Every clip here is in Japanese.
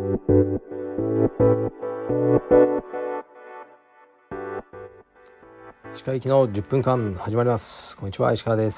石川行きの10分間始まります。こんにちは、石川です。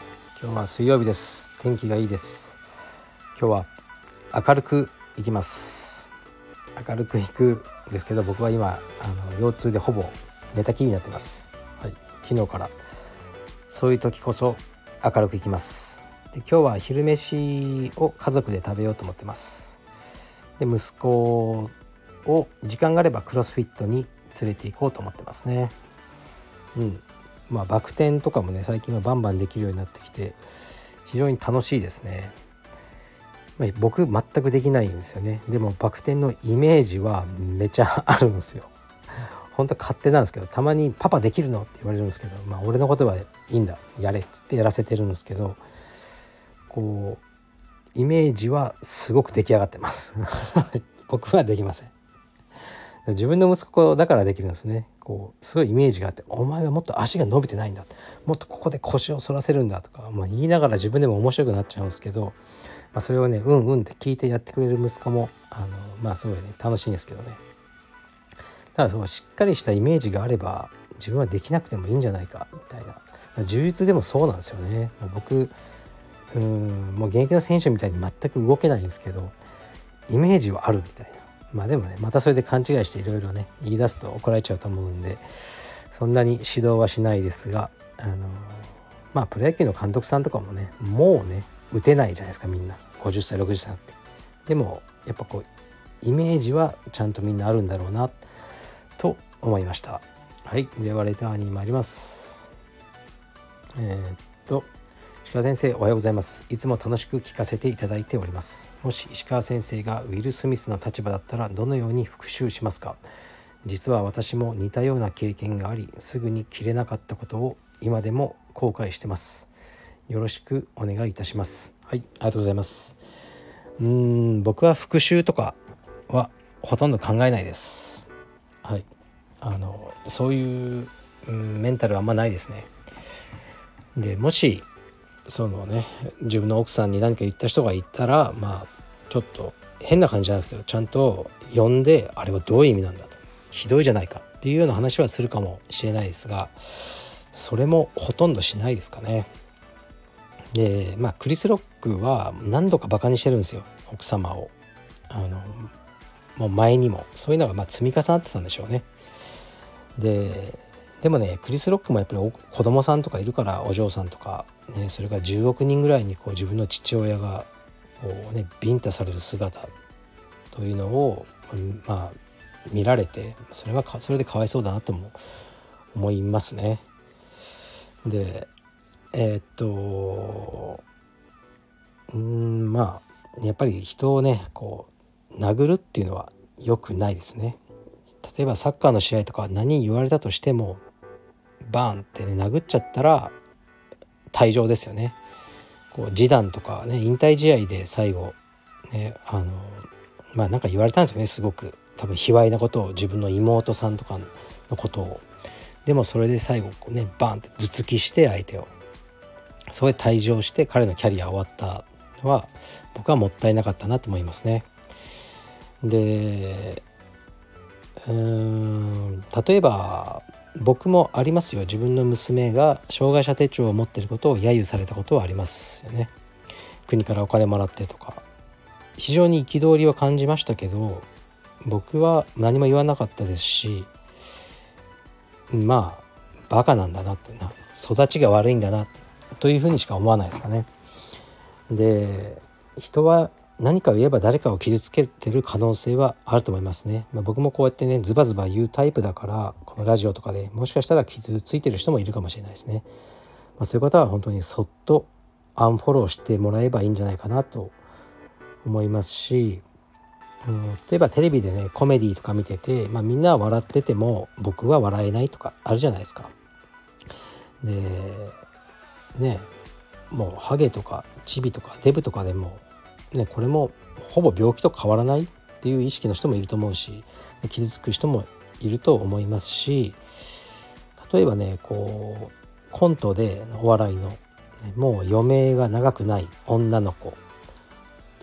今日は水曜日です。天気がいいです。今日は明るく行きます。明るく行くんですけど、僕は今腰痛でほぼ寝たきりになってます。はい、昨日からそういう時こそ明るく行きます。で、今日は昼飯を家族で食べようと思ってます。で、息子を時間があればクロスフィットに連れて行こうと思ってますね。バク転とかもね、最近はバンバンできるようになってきて非常に楽しいですね。僕全くできないんですよね。でもバク転のイメージはめちゃあるんですよ。本当勝手なんですけど、たまにパパできるのって言われるんですけど、俺のことはいいんだ、やれっつってやらせてるんですけど、こうイメージはすごく出来上がってます僕はできません。自分の息子だからできるんですね。すごいイメージがあって、お前はもっと足が伸びてないんだ、もっとここで腰を反らせるんだとか、言いながら自分でも面白くなっちゃうんですけど、それをねって聞いてやってくれる息子もすごいね楽しいんですけどね。ただそのしっかりしたイメージがあれば自分はできなくてもいいんじゃないかみたいな、柔術でもそうなんですよね。僕もう現役の選手みたいに全く動けないんですけど、イメージはあるみたいな。でもね、またそれで勘違いしていろいろね言い出すと怒られちゃうと思うんで、そんなに指導はしないですが、プロ野球の監督さんとかもね、もうね打てないじゃないですか、みんな50歳60歳になって。でもやっぱイメージはちゃんとみんなあるんだろうなと思いました。はい、ではレターに参ります。石川先生、おはようございます。いつも楽しく聞かせていただいております。もし石川先生がウィル・スミスの立場だったらどのように復讐しますか？実は私も似たような経験があり、すぐに切れなかったことを今でも後悔してます。よろしくお願いいたします。はい、ありがとうございます。僕は復讐とかはほとんど考えないです。はい、そういうメンタルはあんまないですね。で、もし自分の奥さんに何か言った人がいたら、ちょっと変な感じなんですよ。ちゃんと呼んで、あれはどういう意味なんだと、ひどいじゃないかっていうような話はするかもしれないですが、それもほとんどしないですかね。で、クリス・ロックは何度かバカにしてるんですよ、奥様を。もう前にもそういうのが積み重なってたんでしょうね。でもね、クリス・ロックもやっぱり子供さんとかいるから、お嬢さんとか、それが10億人ぐらいに自分の父親がビンタされる姿というのを見られて、それでかわいそうだなとも思いますね。で、やっぱり人をね殴るっていうのは良くないですね。例えばサッカーの試合とか何言われたとしても、バーンってね殴っちゃったら退場ですよね。ジダンとかね、引退試合で最後ね、なんか言われたんですよね、すごく多分卑猥なことを、自分の妹さんとかのことを。でもそれで最後バーンって頭突きして相手を、それで退場して彼のキャリア終わったのは僕はもったいなかったなと思いますね。で、例えば僕もありますよ。自分の娘が障害者手帳を持っていることを揶揄されたことはありますよね。国からお金もらってとか、非常に憤りは感じましたけど、僕は何も言わなかったですし、バカなんだなってな、育ちが悪いんだなというふうにしか思わないですかね。で、人は何かを言えば誰かを傷つけてる可能性はあると思いますね。僕もこうやってねズバズバ言うタイプだから、このラジオとかでもしかしたら傷ついてる人もいるかもしれないですね。そういう方は本当にそっとアンフォローしてもらえばいいんじゃないかなと思いますし、例えばテレビでねコメディとか見てて、みんなは笑ってても僕は笑えないとかあるじゃないですか。でね、もうハゲとかチビとかデブとかでもこれもほぼ病気と変わらないっていう意識の人もいると思うし、傷つく人もいると思いますし、例えばねコントでお笑いのもう余命が長くない女の子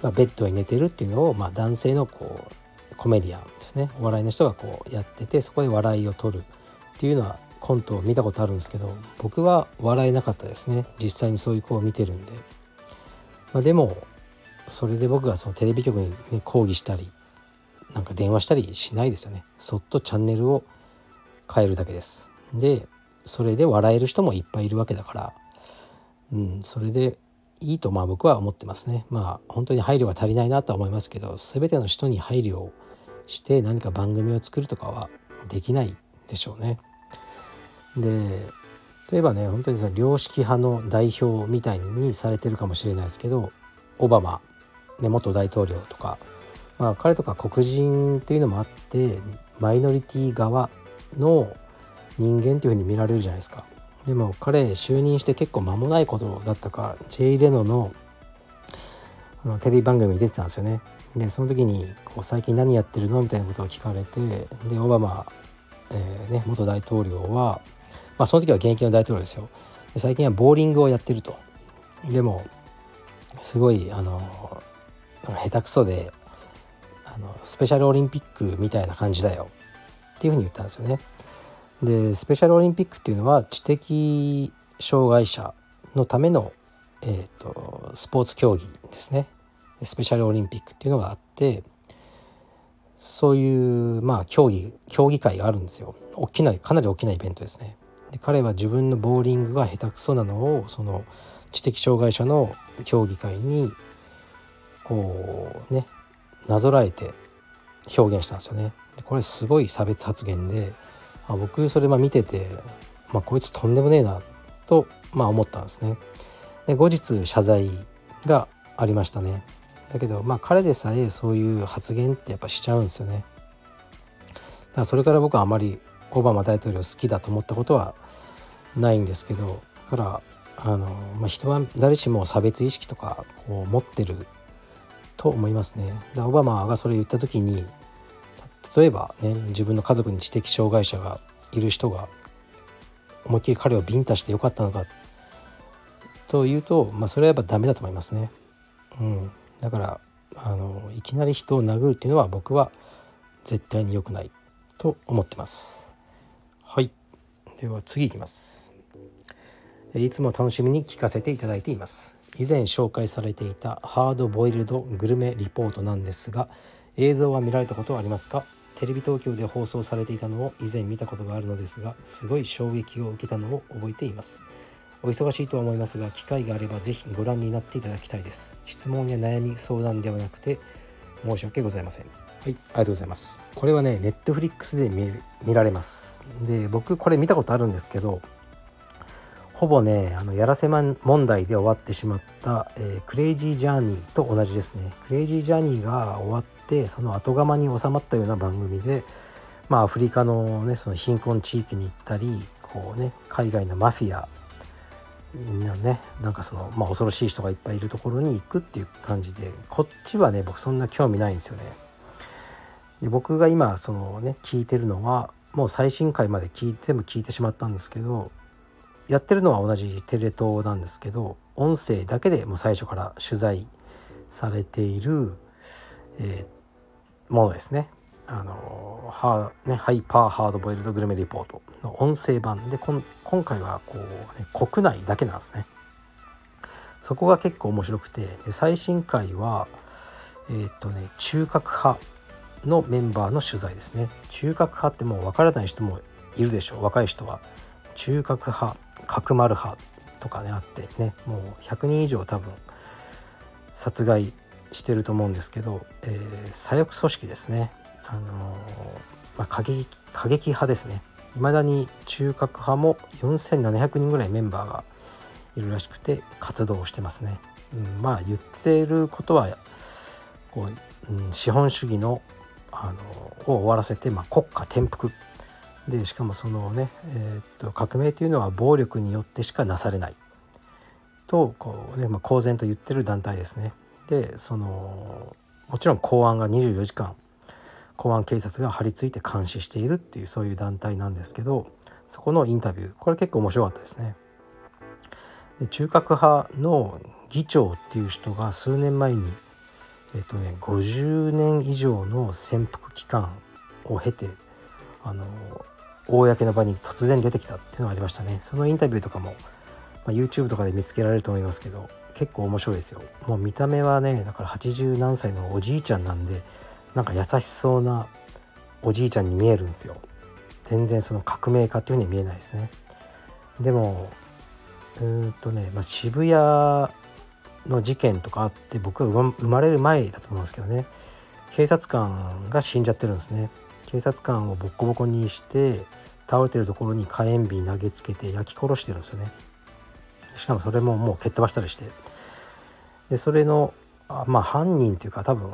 がベッドに寝てるっていうのを、男性のコメディアンですね、お笑いの人がやってて、そこで笑いを取るっていうのはコントを見たことあるんですけど、僕は笑えなかったですね。実際にそういう子を見てるんで。でもそれで僕がそのテレビ局に、抗議したりなんか電話したりしないですよね。そっとチャンネルを変えるだけです。でそれで笑える人もいっぱいいるわけだから、それでいいと僕は思ってますね。本当に配慮が足りないなとは思いますけど、全ての人に配慮をして何か番組を作るとかはできないでしょうね。で例えばね、本当にその良識派の代表みたいにされてるかもしれないですけど、オバマ、元大統領とか、彼とか黒人っていうのもあってマイノリティ側の人間というふうに見られるじゃないですか。でも彼就任して結構間もないことだったか、ジェイ・レノのテレビ番組に出てたんですよね。でその時に最近何やってるのみたいなことを聞かれて、でオバマ、元大統領は、その時は現役の大統領ですよ。で最近はボーリングをやってると。でもすごい下手くそでスペシャルオリンピックみたいな感じだよっていうふうに言ったんですよね。でスペシャルオリンピックっていうのは知的障害者のための、スポーツ競技ですね。スペシャルオリンピックっていうのがあって、そういう競技会があるんですよ。かなり大きなイベントですね。で彼は自分のボーリングが下手くそなのをその知的障害者の競技会になぞらえて表現したんですよね。でこれすごい差別発言で、僕それ見てて、こいつとんでもねえなと思ったんですね。で後日謝罪がありましたね。だけど彼でさえそういう発言ってやっぱしちゃうんですよね。だからそれから僕はあまりオバマ大統領好きだと思ったことはないんですけど、だから人は誰しも差別意識とか持ってると思いますね。でオバマがそれ言った時に、例えばね、自分の家族に知的障害者がいる人が思いっきり彼をビンタしてよかったのかというと、それはやっぱダメだと思いますね。だからいきなり人を殴るっていうのは僕は絶対に良くないと思ってます。はい、では次いきます。いつも楽しみに聞かせていただいています。以前紹介されていたハードボイルドグルメリポートなんですが、映像は見られたことはありますか？テレビ東京で放送されていたのを以前見たことがあるのですが、すごい衝撃を受けたのを覚えています。お忙しいとは思いますが、機会があればぜひご覧になっていただきたいです。質問や悩み相談ではなくて申し訳ございません。はい、ありがとうございます。これはね、ネットフリックスで見られます。で僕これ見たことあるんですけど、ほぼねやらせ問題で終わってしまった、クレイジージャーニーと同じですね。クレイジージャーニーが終わってその後釜に収まったような番組で、アフリカのねその貧困地域に行ったり海外のマフィアなんかその恐ろしい人がいっぱいいるところに行くっていう感じで、こっちはね僕そんな興味ないんですよね。で僕が今聞いてるのはもう最新回まで全部聞いてしまったんですけど、やってるのは同じテレ東なんですけど、音声だけでもう最初から取材されている、ものですね。ハイパーハードボイルドグルメリポートの音声版で、今回は国内だけなんですね。そこが結構面白くて、で最新回は中核派のメンバーの取材ですね。中核派ってもう分からない人もいるでしょう。若い人は中核派、角丸派とかあってね、もう100人以上多分殺害してると思うんですけど、左翼組織ですね。過激派ですね。未だに中核派も4700人ぐらいメンバーがいるらしくて活動をしてますね。言ってることは資本主義のを終わらせて、国家転覆で、しかもその革命というのは暴力によってしかなされないと公然と言ってる団体ですね。でもちろん公安が24時間公安警察が張り付いて監視しているっていうそういう団体なんですけど、そこのインタビュー、これ結構面白かったですね。で中核派の議長っていう人が数年前に 50年以上の潜伏期間を経て公の場に突然出てきたっていうのがありましたね。そのインタビューとかも、YouTube とかで見つけられると思いますけど、結構面白いですよ。もう見た目はね、だから80何歳のおじいちゃんなんで、なんか優しそうなおじいちゃんに見えるんですよ。全然その革命家っていう風に見えないですね。でも渋谷の事件とかあって、僕は生まれる前だと思うんですけどね、警察官が死んじゃってるんですね。警察官をボッコボコにして倒れてるところに火炎瓶投げつけて焼き殺してるんですよね。しかもそれももう蹴っ飛ばしたりして、でそれの犯人というか多分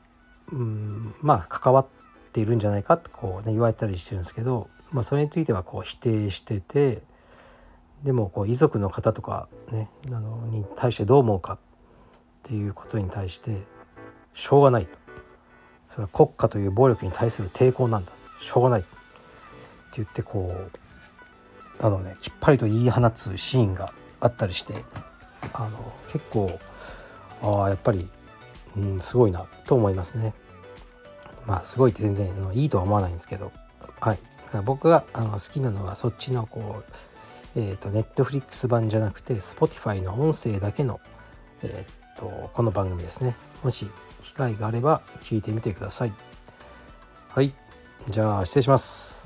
関わっているんじゃないかって言われたりしてるんですけど、それについては否定してて、でも遺族の方とかねに対してどう思うかっていうことに対してしょうがないと、それは国家という暴力に対する抵抗なんだ、しょうがないって言ってきっぱりと言い放つシーンがあったりして、結構やっぱり、すごいなと思いますね。すごいって全然いいとは思わないんですけど、はい、だから僕が好きなのはそっちのNetflix 版じゃなくて Spotify の音声だけの、この番組ですね。もし機会があれば聞いてみてください。はい、じゃあ失礼します。